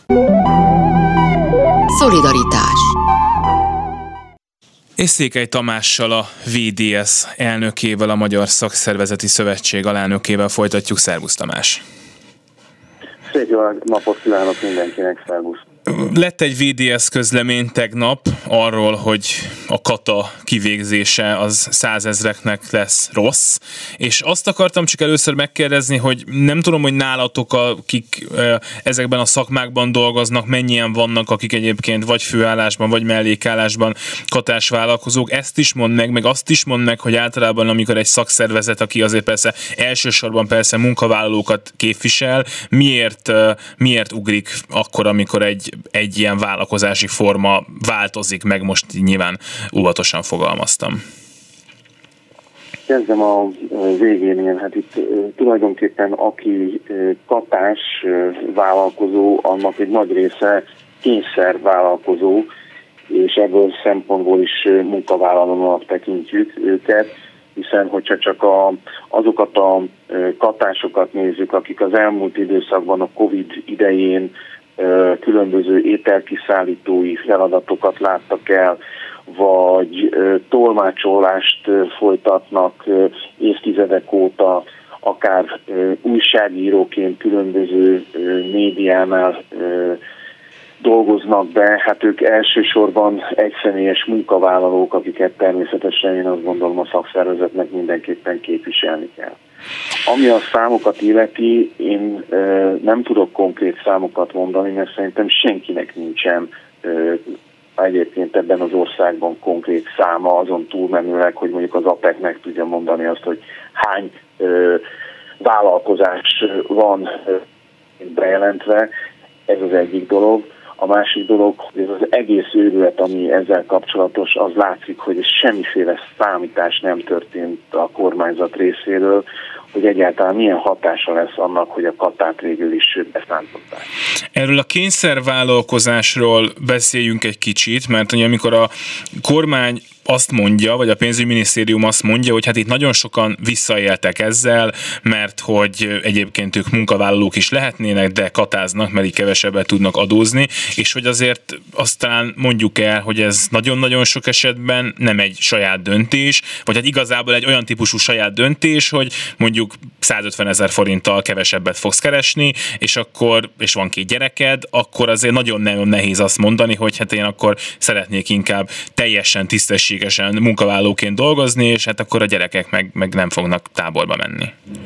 Szolidaritás. És Székely Tamással, a vé dé es elnökével, a Magyar Szakszervezeti Szövetség alelnökével folytatjuk. Szervusz, Tamás! Szép jó napot kívánok mindenkinek, szervusz! Lett egy vé dé es közlemény tegnap arról, hogy a kata kivégzése az százezreknek lesz rossz, és azt akartam csak először megkérdezni, hogy nem tudom, hogy nálatok, akik ezekben a szakmákban dolgoznak, mennyien vannak, akik egyébként vagy főállásban, vagy mellékállásban katás vállalkozók, ezt is mondd meg, meg azt is mondd meg, hogy általában amikor egy szakszervezet, aki azért persze elsősorban persze munkavállalókat képvisel, miért, miért ugrik akkor, amikor egy egy ilyen vállalkozási forma változik meg, most nyilván óvatosan fogalmaztam. Kezdem a végén, hát itt tulajdonképpen aki katás vállalkozó, annak egy nagy része kényszer vállalkozó, és ebből szempontból is munkavállalónak tekintjük őket. hiszen hogyha csak a, azokat a katásokat nézzük, akik az elmúlt időszakban a Covid idején különböző ételkiszállítói feladatokat láttak el, vagy tolmácsolást folytatnak évtizedek óta, akár újságíróként különböző médiánál dolgoznak be, hát ők elsősorban egyszemélyes munkavállalók, akiket természetesen én azt gondolom a szakszervezetnek mindenképpen képviselni kell. Ami a számokat illeti, én nem tudok konkrét számokat mondani, mert szerintem senkinek nincsen egyébként ebben az országban konkrét száma, azon túlmenőleg, hogy mondjuk az á pé e ká meg tudja mondani azt, hogy hány vállalkozás van bejelentve. Ez az egyik dolog. A másik dolog, hogy ez az egész őrület, ami ezzel kapcsolatos, az látszik, hogy semmiféle számítás nem történt a kormányzat részéről, hogy egyáltalán milyen hatása lesz annak, hogy a katát végül is beszántották. Erről a kényszervállalkozásról beszéljünk egy kicsit, mert ugye amikor a kormány azt mondja, vagy a pénzügyminisztérium azt mondja, hogy hát itt nagyon sokan visszaéltek ezzel, mert hogy egyébként ők munkavállalók is lehetnének, de katáznak, mert így kevesebbet tudnak adózni, és hogy azért aztán mondjuk el, hogy ez nagyon-nagyon sok esetben nem egy saját döntés, vagy hát igazából egy olyan típusú saját döntés, hogy mondjuk százötven ezer forinttal kevesebbet fogsz keresni, és akkor, és van két gyereked, akkor azért nagyon-nagyon nehéz azt mondani, hogy hát én akkor szeretnék inkább teljesen tisztességes munkavállalóként dolgozni, és hát akkor a gyerekek meg, meg nem fognak táborba menni.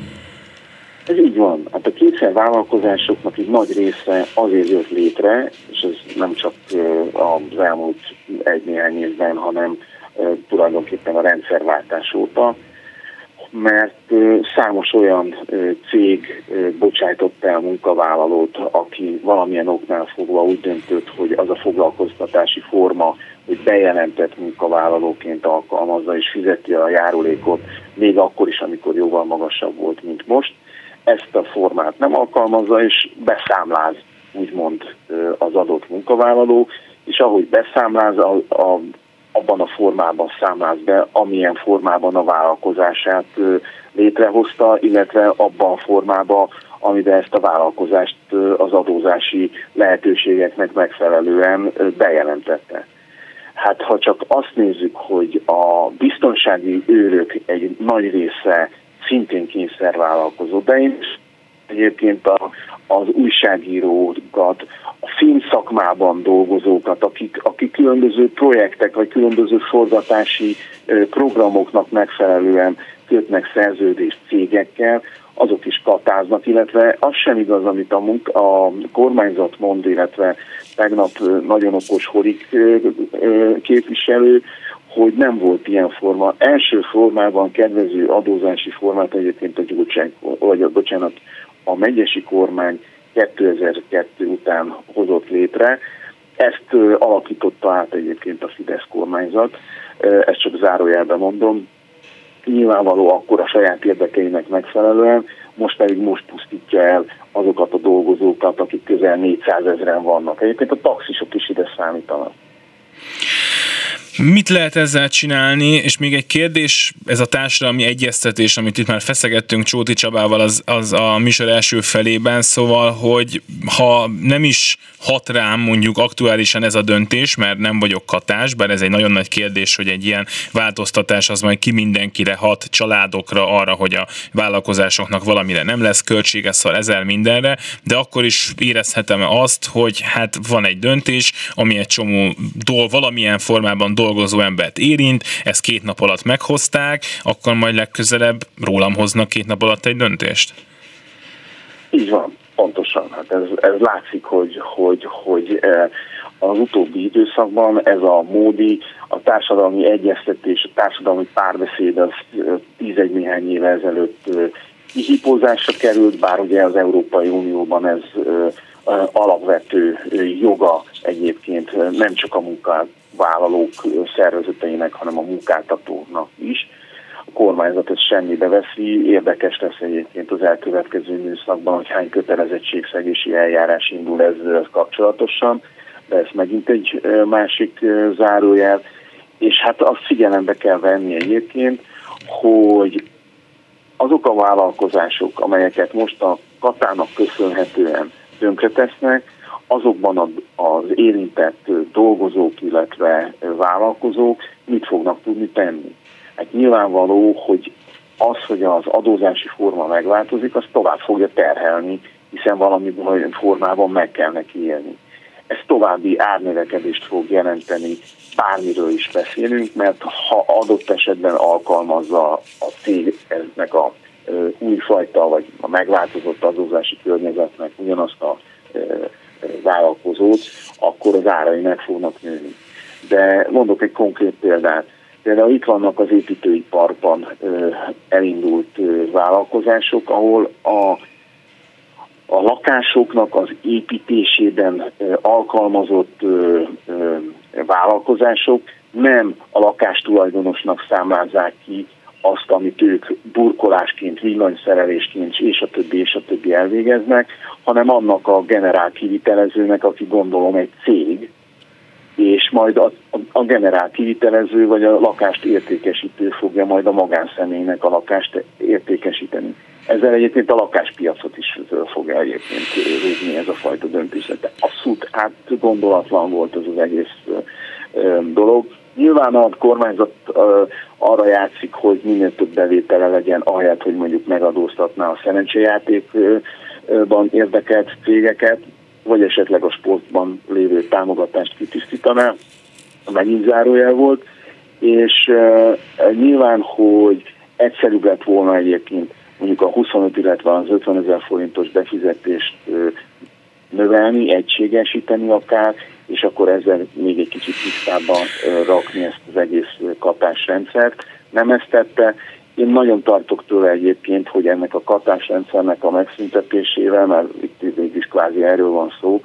Ez így van. Hát a kényszervállalkozásoknak egy nagy része azért jött létre, és ez nem csak az elmúlt egy-néhány évben, hanem tulajdonképpen a rendszerváltás óta, mert számos olyan cég bocsájtott el munkavállalót, aki valamilyen oknál fogva úgy döntött, hogy az a foglalkoztatási forma, hogy bejelentett munkavállalóként alkalmazza és fizeti a járulékot, még akkor is, amikor jóval magasabb volt, mint most. Ezt a formát nem alkalmazza, és beszámláz, úgymond az adott munkavállaló, és ahogy beszámláz, a, a, abban a formában számláz be, amilyen formában a vállalkozását létrehozta, illetve abban a formában, amiben ezt a vállalkozást az adózási lehetőségeknek megfelelően bejelentette. Hát ha csak azt nézzük, hogy a biztonsági őrök egy nagy része szintén kényszervállalkozó, de én egyébként a, az újságírókat, a filmszakmában dolgozókat, akik, akik különböző projektek vagy különböző forgatási programoknak megfelelően kötnek szerződést cégekkel, azok is katáznak, illetve az sem igaz, amit a, munka, a kormányzat mond, illetve tegnap nagyon okos Horik képviselő, hogy nem volt ilyen forma. Első formában kedvező adózási formát egyébként a gyurcsány, vagy a, bocsánat, a megyesi kormány kétezer-kettő után hozott létre. Ezt alakította át egyébként a Fidesz kormányzat, ezt csak zárójelben mondom. Nyilvánvaló akkor a saját érdekeinek megfelelően, most pedig most pusztítja el azokat a dolgozókat, akik közel négyszázezren vannak. Egyébként a taxisok is ide számítanak. Mit lehet ezzel csinálni? És még egy kérdés, ez a társadalmi egyeztetés, amit itt már feszegettünk Csóti Csabával az, az a műsor első felében, szóval, hogy ha nem is hat rám mondjuk aktuálisan ez a döntés, mert nem vagyok katás, bár ez egy nagyon nagy kérdés, hogy egy ilyen változtatás az majd ki mindenkire hat, családokra, arra, hogy a vállalkozásoknak valamire nem lesz költsége, szóval ezzel mindenre, de akkor is érezhetem azt, hogy hát van egy döntés, ami egy csomó dol, valamilyen formában dolgozó embert érint, ezt két nap alatt meghozták, akkor majd legközelebb rólam hoznak két nap alatt egy döntést? Így van, pontosan. Hát ez, ez látszik, hogy, hogy, hogy az utóbbi időszakban ez a módi, a társadalmi egyeztetés, a társadalmi párbeszéd az tízegy néhány éve ezelőtt kihipózásra került, bár ugye az Európai Unióban ez alapvető joga egyébként nem csak a munkavállalók szervezeteinek, hanem a munkáltatóknak is. A kormányzat ezt semmibe veszi. Érdekes lesz egyébként az elkövetkező műszakban, hogy hány kötelezettségszegési eljárás indul ezzel kapcsolatosan, de ez megint egy másik zárójel. És hát azt figyelembe kell venni egyébként, hogy azok a vállalkozások, amelyeket most a katának köszönhetően tönkretesznek, azokban az érintett dolgozók, illetve vállalkozók mit fognak tudni tenni. Hát nyilvánvaló, hogy az, hogy az adózási forma megváltozik, az tovább fogja terhelni, hiszen valami formában meg kell neki élni. Ez további árnövekedést fog jelenteni, bármiről is beszélünk, mert ha adott esetben alkalmazza a cégnek a újfajta, vagy a megváltozott adózási környezetnek ugyanazt a vállalkozót, akkor az árai meg fognak nőni. De mondok egy konkrét példát. Például itt vannak az építőiparban elindult vállalkozások, ahol a, a lakásoknak az építésében alkalmazott vállalkozások nem a lakástulajdonosnak számlázzák ki azt, amit ők burkolásként, villanyszerelésként és a többi és a többi elvégeznek, hanem annak a generál kivitelezőnek, aki gondolom egy cég, és majd a, a generál kivitelező vagy a lakást értékesítő fogja majd a magánszemélynek a lakást értékesíteni. Ezzel egyébként a lakáspiacot is föl fogja egyébként rúgni ez a fajta döntés. De abszolút átgondolatlan volt ez az egész dolog. Nyilván a kormányzat arra játszik, hogy minél több bevétele legyen, ahelyett, hogy mondjuk megadóztatná a szerencsejátékban érdekelt cégeket, vagy esetleg a sportban lévő támogatást kitisztítaná, megint zárójel volt, és nyilván, hogy egyszerűbb lett volna egyébként mondjuk a huszonöt, illetve az ötvenezer forintos befizetést növelni, egységesíteni akár, és akkor ezzel még egy kicsit tisztábban rakni ezt az egész katásrendszert. Nem ezt tette. Én nagyon tartok tőle egyébként, hogy ennek a katásrendszernek a megszüntetésével, mert itt is kvázi erről van szó,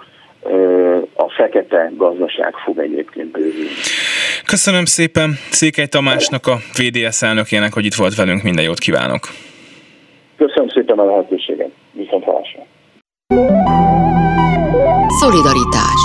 a fekete gazdaság fog egyébként bővülni. Köszönöm szépen Székely Tamásnak, a vé dé es elnökének, hogy itt volt velünk. Minden jót kívánok! Köszönöm szépen a lehetőséget. Viszont hallásra. Szolidaritás.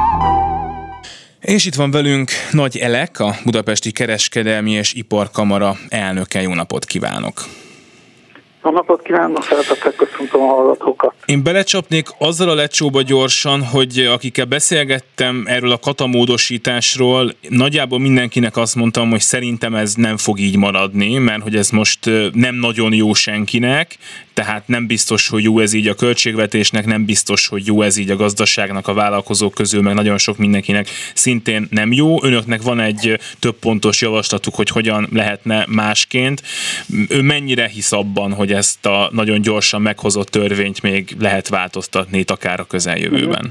És itt van velünk Nagy Elek, a Budapesti Kereskedelmi és Iparkamara elnöke. Jó napot kívánok! Jó napot kívánok, szeretettel köszöntöm a hallgatókat. Én belecsapnék azzal a lecsóba gyorsan, hogy akikkel beszélgettem erről a katamódosításról, nagyjából mindenkinek azt mondtam, hogy szerintem ez nem fog így maradni, mert hogy ez most nem nagyon jó senkinek, tehát nem biztos, hogy jó ez így a költségvetésnek, nem biztos, hogy jó ez így a gazdaságnak, a vállalkozók közül, meg nagyon sok mindenkinek szintén nem jó. Önöknek van egy több pontos javaslatuk, hogy hogyan lehetne másként. Ő mennyire hisz abban, hogy ezt a nagyon gyorsan meghozott törvényt még lehet változtatni itt akár a közeljövőben?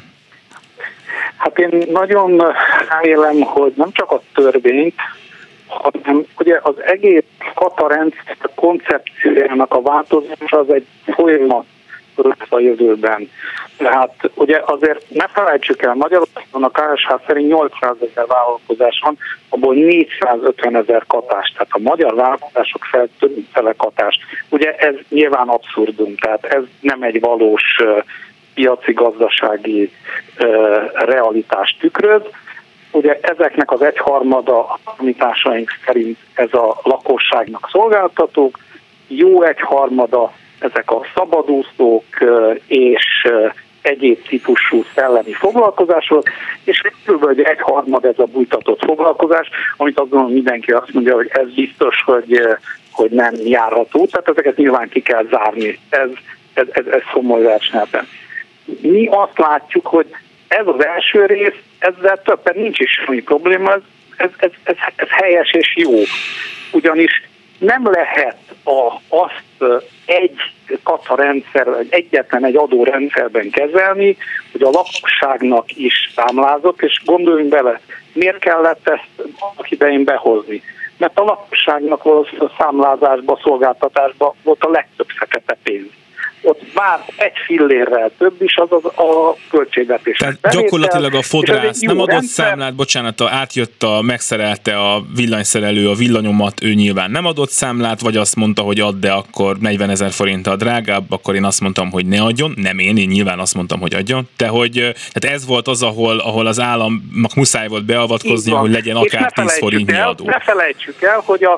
Hát én nagyon remélem, hogy nem csak a törvényt, hanem ugye az egész katarendszer koncepciójának a változása az egy folyamat lesz a jövőben. Tehát ugye azért ne felejtsük el, Magyarországon a ká es há szerint nyolcszázezer vállalkozás van, abból négyszázötvenezer katás, tehát a magyar vállalkozások fel több fele katás. Ugye ez nyilván abszurdum, tehát ez nem egy valós uh, piaci gazdasági uh, realitást tükröz. Ugye ezeknek az egyharmada a számításaink szerint ez a lakosságnak szolgáltatók, jó egyharmada ezek a szabadúszók és egyéb típusú szellemi foglalkozások, és kb. Egyharmad ez a bújtatott foglalkozás, amit azt gondolom mindenki azt mondja, hogy ez biztos, hogy, hogy nem járható, tehát ezeket nyilván ki kell zárni, ez, ez, ez, ez komoly versenyben. Mi azt látjuk, hogy ez az első rész, ezzel többen nincs is semmi probléma, ez, ez, ez, ez, ez helyes és jó. Ugyanis nem lehet a, azt egy katarendszer, vagy egyetlen egy adórendszerben kezelni, hogy a lakosságnak is számlázott, és gondoljunk bele, miért kellett ezt annak idején behozni? Mert a lakosságnak valószínűleg a számlázásba, szolgáltatásba volt a legtöbb fekete pénz. Ott már egy fillérrel több is az az a költségvetés. Tehát gyakorlatilag a fodrász nem adott rendszer. Számlát, bocsánat, átjött, a, megszerelte a villanyszerelő a villanyomat, ő nyilván nem adott számlát, vagy azt mondta, hogy add, de akkor negyvenezer forinttal drágább, akkor én azt mondtam, hogy ne adjon, nem én, én nyilván azt mondtam, hogy adjon. De hogy tehát ez volt az, ahol, ahol az államnak muszáj volt beavatkozni, hogy legyen akár tíz forintnyi adó. Ne felejtsük el, hogy a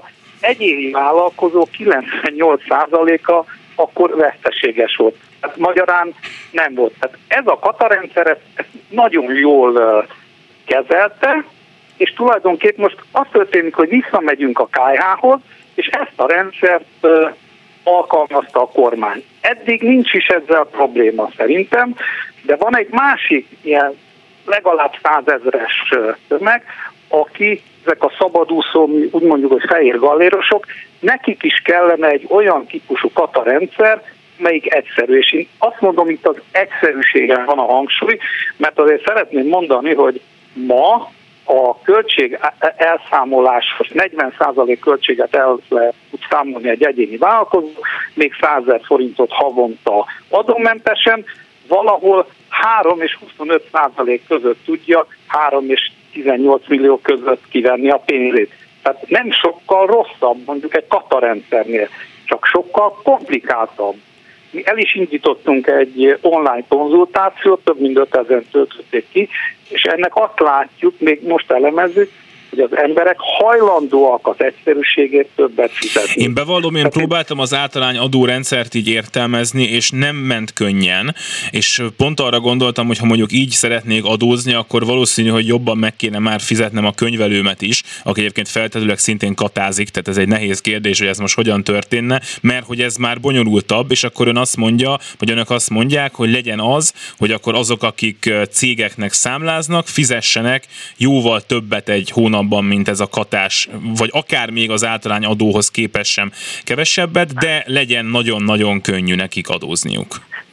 egyéni vállalkozó kilencvennyolc százaléka akkor veszteséges volt. Tehát magyarán nem volt. Tehát ez a katarendszer ezt, ezt nagyon jól uh, kezelte, és tulajdonképpen most az történik, hogy visszamegyünk a ká há-hoz, és ezt a rendszert uh, alkalmazta a kormány. Eddig nincs is ezzel probléma szerintem, de van egy másik ilyen legalább százezres tömeg, aki, ezek a szabadúszó, úgy mondjuk, hogy fehér gallérosok, nekik is kellene egy olyan típusú katarendszer, melyik egyszerű. És én azt mondom, itt az egyszerűségen van a hangsúly, mert azért szeretném mondani, hogy ma a költség elszámoláshoz negyven százalék költséget el lehet számolni egy egyéni vállalkozó, még százezer forintot havonta adómentesen, valahol három és huszonöt százalék között tudja három és tizennyolc millió között kivenni a pénzét. Tehát nem sokkal rosszabb, mondjuk egy katarendszernél, csak sokkal komplikáltabb. Mi el is indítottunk egy online konzultációt, több mint ötezren töltötték ki, és ennek azt látjuk, még most elemezzük, hogy az emberek hajlandóak az egyszerűségért többet fizetni. Én bevallom, én próbáltam az általány adórendszert így értelmezni, és nem ment könnyen, és pont arra gondoltam, hogy ha mondjuk így szeretnék adózni, akkor valószínű, hogy jobban meg kéne már fizetnem a könyvelőmet is, aki egyébként feltetőleg szintén katázik, tehát ez egy nehéz kérdés, hogy ez most hogyan történne, mert hogy ez már bonyolultabb, és akkor ön azt mondja, vagy önök azt mondják, hogy legyen az, hogy akkor azok, akik cégeknek számláznak, fizessenek jóval többet egy hónapban, mint ez a katás, vagy akár még az általány adóhoz képest sem kevesebbet, de legyen nagyon-nagyon könnyű nekik adózniuk.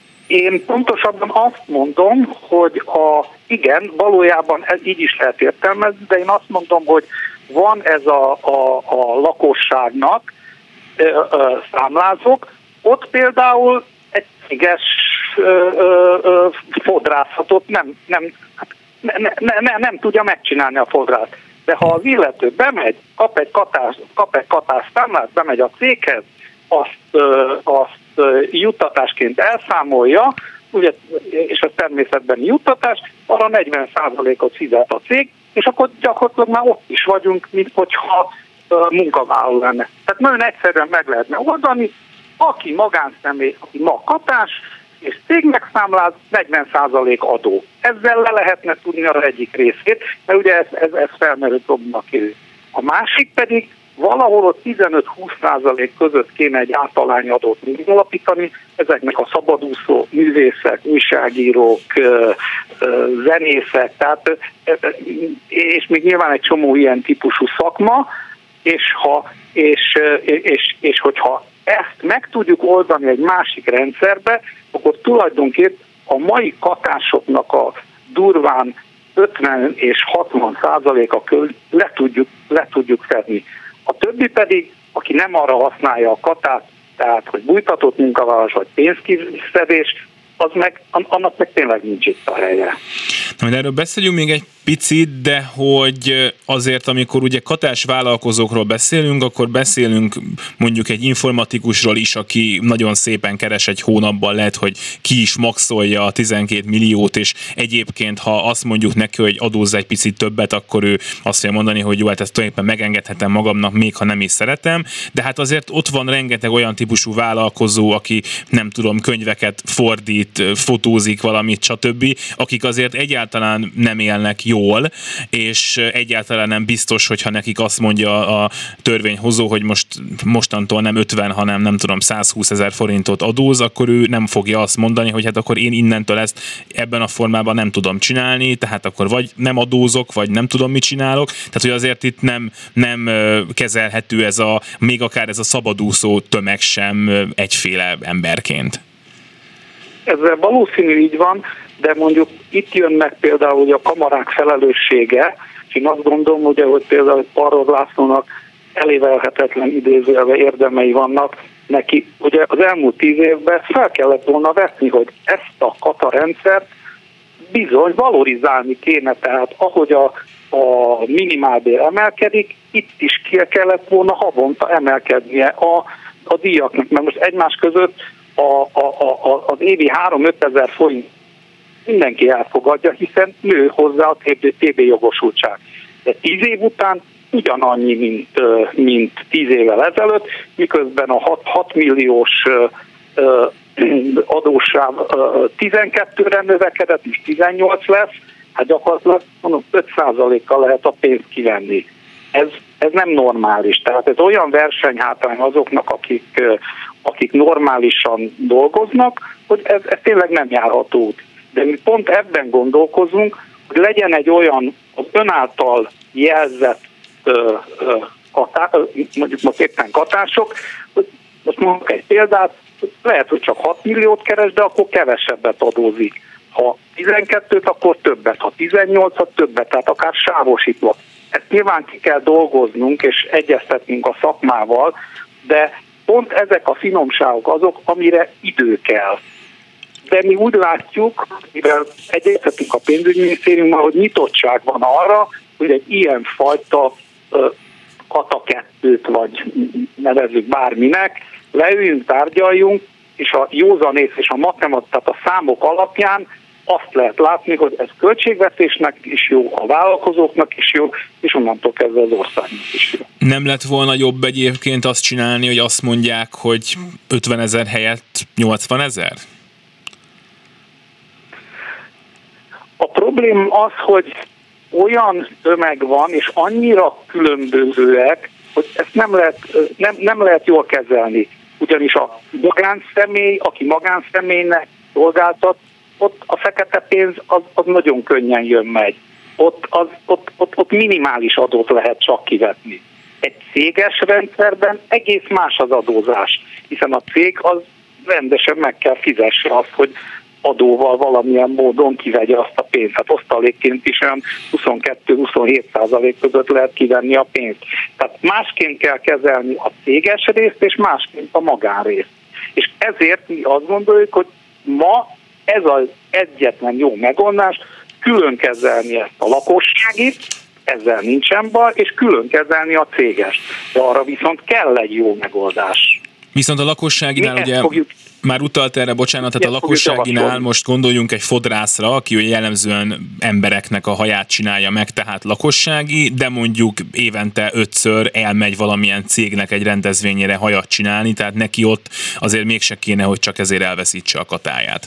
Én pontosabban azt mondom, hogy a, igen, valójában ez így is lehet értelmezni, de én azt mondom, hogy van ez a, a, a lakosságnak ö, ö, számlázók, ott például egy céges ö, ö, ö, fodrászatot nem, nem, ne, ne, ne, nem tudja megcsinálni a fodrászt. De ha az illető bemegy, kap egy katás, kap egy katás számlát, bemegy a céghez, azt, ö, azt ö, juttatásként elszámolja, ugye, és a természetben juttatás, arra negyven százalékot fizet a cég, és akkor gyakorlatilag már ott is vagyunk, mint hogyha ö, munkavállaló lenne. Tehát nagyon egyszerűen meg lehetne oldani, aki magánszemély, aki ma katás, és cégnek számláz, negyven százalék adó. Ezzel le lehetne tudni arra egyik részét, mert ugye ez, ez, ez felmerül problémaként. A másik pedig valahol ott tizenöt-húsz százalék között kéne egy általányadót megalapítani, ezeknek a szabadúszó művészek, újságírók, zenészek, tehát, és még nyilván egy csomó ilyen típusú szakma, és, ha, és, és, és hogyha ezt meg tudjuk oldani egy másik rendszerbe, akkor tulajdonképpen a mai katásoknak a durván ötven és hatvan százaléka körül le tudjuk, le tudjuk fedni. A többi pedig, aki nem arra használja a katát, tehát hogy bújtatott munkavállalás vagy pénzkiszedés, az meg, annak meg tényleg nincs itt a helye. Na, erről beszéljünk még egy picit, de hogy azért, amikor ugye katás vállalkozókról beszélünk, akkor beszélünk mondjuk egy informatikusról is, aki nagyon szépen keres egy hónapban, lehet, hogy ki is maxolja a tizenkét milliót, és egyébként, ha azt mondjuk neki, hogy adózz egy picit többet, akkor ő azt fogja mondani, hogy jó, hát ezt tulajdonképpen megengedhetem magamnak, még ha nem is szeretem, de hát azért ott van rengeteg olyan típusú vállalkozó, aki nem tudom, könyveket fordít, fotózik valamit, stb., akik azért egyáltalán nem élnek jól, és egyáltalán nem biztos, hogyha nekik azt mondja a törvényhozó, hogy most mostantól nem ötven, hanem nem tudom százhúszezer forintot adóz, akkor ő nem fogja azt mondani, hogy hát akkor én innentől ezt ebben a formában nem tudom csinálni, tehát akkor vagy nem adózok, vagy nem tudom, mit csinálok. Tehát, hogy azért itt nem, nem kezelhető ez a, még akár ez a szabadúszó tömeg sem egyféle emberként. Ez valószínű így van, de mondjuk itt jön meg például a kamarák felelőssége, és én azt gondolom, ugye, hogy például Parrod Lászlónak elévelhetetlen idézőjelve érdemei vannak, neki ugye az elmúlt tíz évben fel kellett volna vetni, hogy ezt a katarendszert bizony valorizálni kéne, tehát ahogy a, a minimálbér emelkedik, itt is ki kellett volna havonta emelkednie a, a díjaknak, mert most egymás között A, a, a, az évi három-öt ezer forint mindenki elfogadja, hiszen nő hozzá a té bé jogosultság. De tíz év után ugyanannyi, mint, mint tíz évvel ezelőtt, miközben a hat milliós adóssáv tizenkettőre növekedett, és tizennyolc lesz, hát gyakorlatilag mondom, öt százalékkal lehet a pénzt kivenni. Ez, ez nem normális. Tehát ez olyan versenyhátrány azoknak, akik, akik normálisan dolgoznak, hogy ez, ez tényleg nem járható út. De mi pont ebben gondolkozunk, hogy legyen egy olyan az ön által jelzett ö, ö, katá, ö, mondjuk most éppen katások, hogy most mondjuk egy példát, lehet, hogy csak hat milliót keres, de akkor kevesebbet adózik. Ha tizenkettőt, akkor többet, ha tizennyolcat, többet, tehát akár sávosítva. Ezt nyilván ki kell dolgoznunk és egyeztetnünk a szakmával, de pont ezek a finomságok azok, amire idő kell. De mi úgy látjuk, mivel egyeztetünk a pénzügyminisztériummal, hogy nyitottság van arra, hogy egy ilyen fajta kata kettőt, vagy nevezzük bárminek, leüljünk, tárgyaljunk, és a józanész és a matematika, tehát a számok alapján azt lehet látni, hogy ez költségvetésnek is jó, a vállalkozóknak is jó, és onnantól kezdve az országnak is jó. Nem lett volna jobb egyébként azt csinálni, hogy azt mondják, hogy ötven ezer helyett nyolcvan ezer? A probléma az, hogy olyan tömeg van, és annyira különbözőek, hogy ezt nem lehet, nem, nem lehet jól kezelni. Ugyanis a magánszemély, aki magánszemélynek szolgáltat, ott a fekete pénz az, az nagyon könnyen jön-megy. Ott, az, ott, ott, ott minimális adót lehet csak kivetni. Egy céges rendszerben egész más az adózás, hiszen a cég az rendesen meg kell fizesse azt, hogy adóval valamilyen módon kivegye azt a pénzt. Hát osztalékként is olyan huszonkettő-huszonhét százalék között lehet kivenni a pénzt. Tehát másként kell kezelni a céges részt, és másként a magánrészt. És ezért mi azt gondoljuk, hogy ma ez az egyetlen jó megoldás, külön kezelni ezt a lakosságit, ezzel nincsen baj, és külön kezelni a cégest. De arra viszont kell egy jó megoldás. Viszont a lakosságinál ugye... Fogjuk... Már utalt erre, bocsánat, tehát a lakosságinál most gondoljunk egy fodrászra, aki jellemzően embereknek a haját csinálja meg, tehát lakossági, de mondjuk évente ötször elmegy valamilyen cégnek egy rendezvényére hajat csinálni, tehát neki ott azért mégse kéne, hogy csak ezért elveszítse a katáját.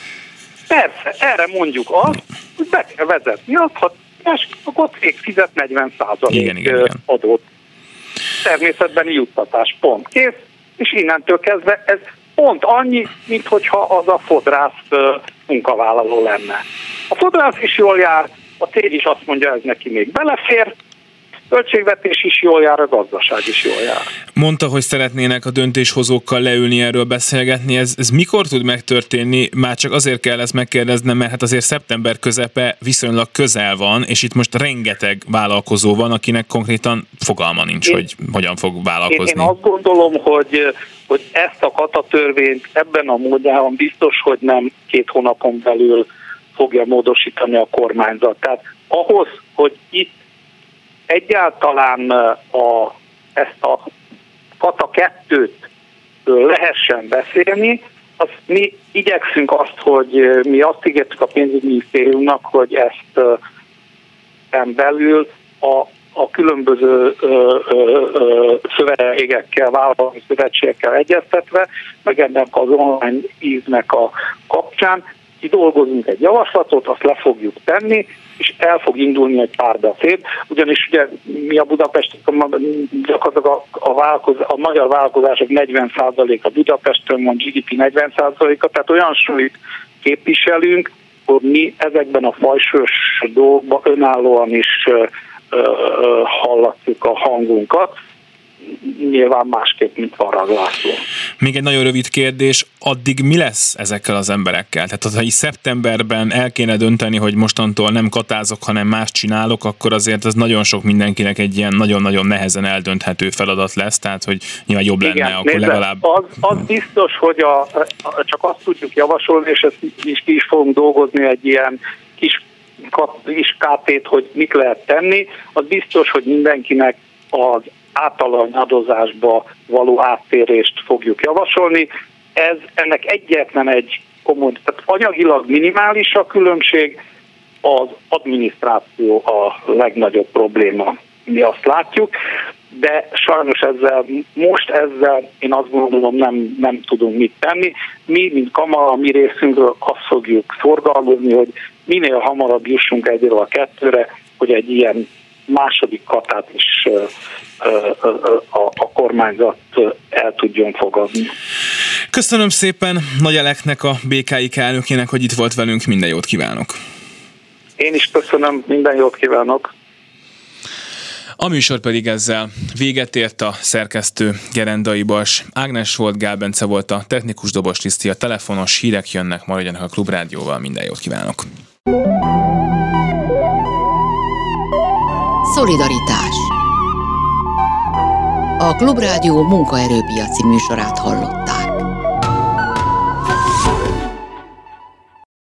Persze, erre mondjuk azt, hogy be kell vezetni azt, ha akkor a cég fizet negyven százalék adót. Természetbeni juttatás, pont, kész, és innentől kezdve ez pont annyi, mint hogyha az a fodrász munkavállaló lenne. A fodrász is jól jár, a cég is azt mondja, ez neki még belefér, költségvetés is jól jár, a gazdaság is jól jár. Mondta, hogy szeretnének a döntéshozókkal leülni, erről beszélgetni. Ez, ez mikor tud megtörténni? Már csak azért kell ezt megkérdeznem, mert hát azért szeptember közepe viszonylag közel van, és itt most rengeteg vállalkozó van, akinek konkrétan fogalma nincs, én, hogy hogyan fog vállalkozni. Én, én azt gondolom, hogy, hogy ezt a katatörvényt ebben a módjában biztos, hogy nem két hónapon belül fogja módosítani a kormányzat. Tehát ahhoz, hogy itt egyáltalán a, ezt a kata kettőt lehessen beszélni, azt mi igyekszünk azt, hogy mi azt ígértük a pénzügyminisztériumnak, hogy ezt uh, belül a, a különböző uh, uh, szövetségekkel, vállalati szövetségekkel egyeztetve, meg ennek az online íznek a kapcsán kidolgozunk egy javaslatot, azt le fogjuk tenni, és el fog indulni egy párbeszéd, ugyanis ugye mi a Budapest, gyakorlatilag a, a, vállalkoz, a magyar vállalkozások negyven százaléka Budapesten van, gé dé pé negyven százaléka, tehát olyan súlyt képviselünk, hogy mi ezekben a fajsős dolgokban önállóan is ö, ö, hallatjuk a hangunkat, nyilván másképp, mint Varrag László. Még egy nagyon rövid kérdés, addig mi lesz ezekkel az emberekkel? Tehát ha így szeptemberben el kéne dönteni, hogy mostantól nem katázok, hanem más csinálok, akkor azért ez nagyon sok mindenkinek egy ilyen nagyon-nagyon nehezen eldönthető feladat lesz, tehát hogy nyilván jobb lenne, igen, akkor nézze, legalább... Az, az biztos, hogy a, a, csak azt tudjuk javasolni, és ezt is ki is fogunk dolgozni egy ilyen kis, kis ká pét, hogy mit lehet tenni. Az biztos, hogy mindenkinek az általány való áttérést fogjuk javasolni. Ez ennek egyetlen egy komoly, tehát anyagilag minimális a különbség, az adminisztráció a legnagyobb probléma. mi azt látjuk, de sajnos ezzel, most ezzel én azt gondolom nem, nem tudunk mit tenni. Mi, mint kamara, mi részünkről azt fogjuk szorgalmazni, hogy minél hamarabb jussunk egyről a kettőre, hogy egy ilyen második katát is a, a kormányzat el tudjon fogadni. Köszönöm szépen Nagy Eleknek, a bé ká i ká elnökének, hogy itt volt velünk, minden jót kívánok! Én is köszönöm, minden jót kívánok! A műsor pedig ezzel véget ért. A szerkesztő Gerendai Bas Ágnes volt, Gál Bence volt a technikus, Dobos Kriszti a telefonos. Hírek jönnek, maradjanak a Klubrádióval, minden jót kívánok! Szolidaritás. A Klubrádió munkaerőpiaci műsorát hallott.